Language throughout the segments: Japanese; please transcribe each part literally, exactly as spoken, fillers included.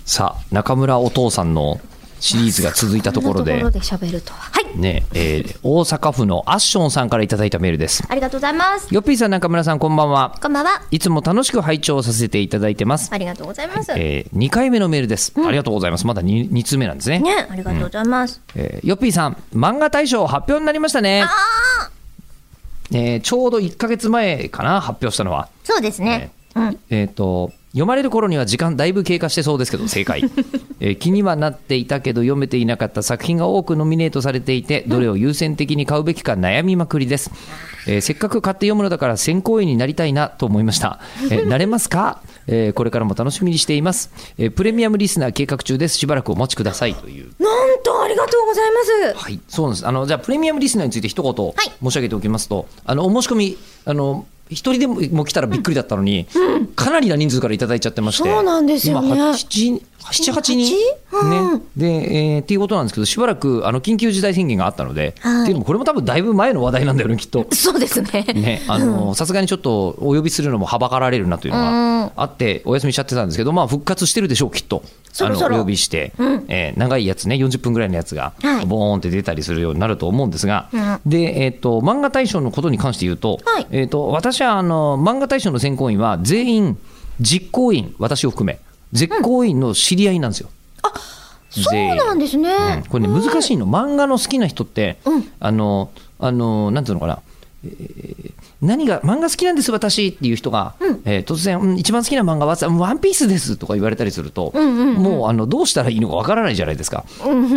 さあ中村お父さんのシリーズが続いたところで、 こんなところで喋るとは、はいねえー、大阪府のアッションさんからいただいたメールです。 ありがとうございます。 よっぴーさん、中村さん、こんばんは。 こんばんは。 いつも楽しく拝聴させていただいてます。 ありがとうございます。 えー、にかいめのメールです、うん、ありがとうございます。まだ 2, に通目なんですね。 ね、ありがとうございます。 うんえー、よっぴーさん、漫画大賞発表になりましたね。 あえー、ちょうどいっかげつまえかな、発表したのは。 そうですね、 えーうんえーと読まれる頃には時間だいぶ経過してそうですけど正解、えー、気にはなっていたけど読めていなかった作品が多くノミネートされていて、どれを優先的に買うべきか悩みまくりです。えー、せっかく買って読むのだから選考員になりたいなと思いました。えー、なれますか？えー、これからも楽しみにしています。えー、プレミアムリスナー計画中です。しばらくお待ちくださいという。 なんとありがとうございます。 はい、そうなんです。あのじゃあプレミアムリスナーについて一言申し上げておきますと、はい、あのお申し込みあの一人でも来たらびっくりだったのに、うん、かなりな人数からいただいちゃってまして、 そうなんですよね。 今なな、はちにん、うん、ね、で、えー、っていうことなんですけど、しばらくあの緊急事態宣言があったので、はい、っていうのもこれも多分だいぶ前の話題なんだよね、きっと。 そうですね。 ね、あのさすがにちょっとお呼びするのもはばかられるなというのがあってお休みしちゃってたんですけど、まあ復活してるでしょうきっと。 そろそろあのお呼びして、うんえー、長いやつね、よんじゅっぷんぐらいのやつがボーンって出たりするようになると思うんですが、はい、で、えーと、漫画大賞のことに関して言うと、はいえーと、私はあの漫画大賞の選考員は全員実行委員、私を含め実行委員の知り合いなんですよ。 うん、あ、そうなんですね。 うん、これね難しいの、漫画の好きな人って、うん、あのあのなんていうのかな、えー、何が漫画好きなんです私っていう人が、うんえー、突然、うん、一番好きな漫画はワンピースですとか言われたりすると、うんうんうん、もうあのどうしたらいいのかわからないじゃないですか。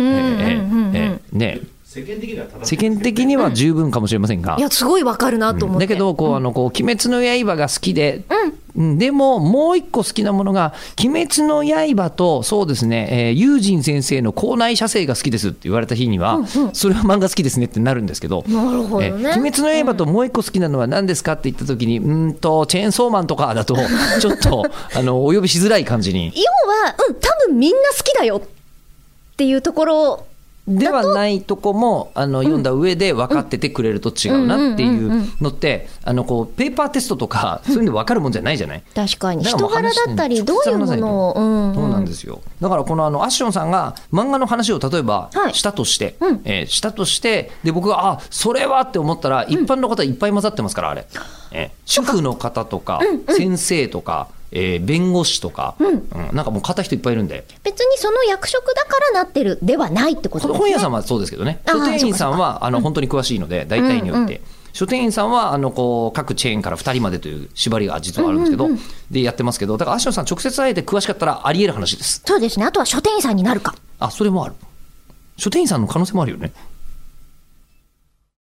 世間的には世間的には十分かもしれませんが、 いやすごいわかるなと思って、 うん、だけどこう、あのこう鬼滅の刃が好きで、うん、でももう一個好きなものが鬼滅の刃とそうですね、えー、友人先生の校内写生が好きですって言われた日には、うんうん、それは漫画好きですねってなるんですけど、 なるほどね、 えー、鬼滅の刃ともう一個好きなのは何ですかって言った時に、うんとチェーンソーマンとかだとちょっとあのお呼びしづらい感じに要は、うん、多分みんな好きだよっていうところではないとこもあの読んだ上で分かっててくれると違うなっていうのってあのこうペーパーテストとかそういうの分かるもんじゃないじゃない。 確かに人柄だったりどういうものを、うんうん、 そうなんですよ。だからこのあのアッションさんが漫画の話を例えばしたとして、はいうんえー、したとしてで僕があそれはって思ったら一般の方いっぱい混ざってますからあれ、えー、主婦の方とか、うんうん、先生とかえー、弁護士とか、うんうん、なんかもう片人いっぱいいるんで別にその役職だからなってるではないってことですね。 本屋さんはそうですけどね、書店員さんはあの本当に詳しいので大体において、うんうん、書店員さんはあのこう各チェーンからふたりまでという縛りが実はあるんですけど、うんうんうん、でやってますけど、だからアッションさん直接会えて詳しかったらあり得る話です。 そうですね。あとは書店員さんになるか、 あそれもある。書店員さんの可能性もあるよね。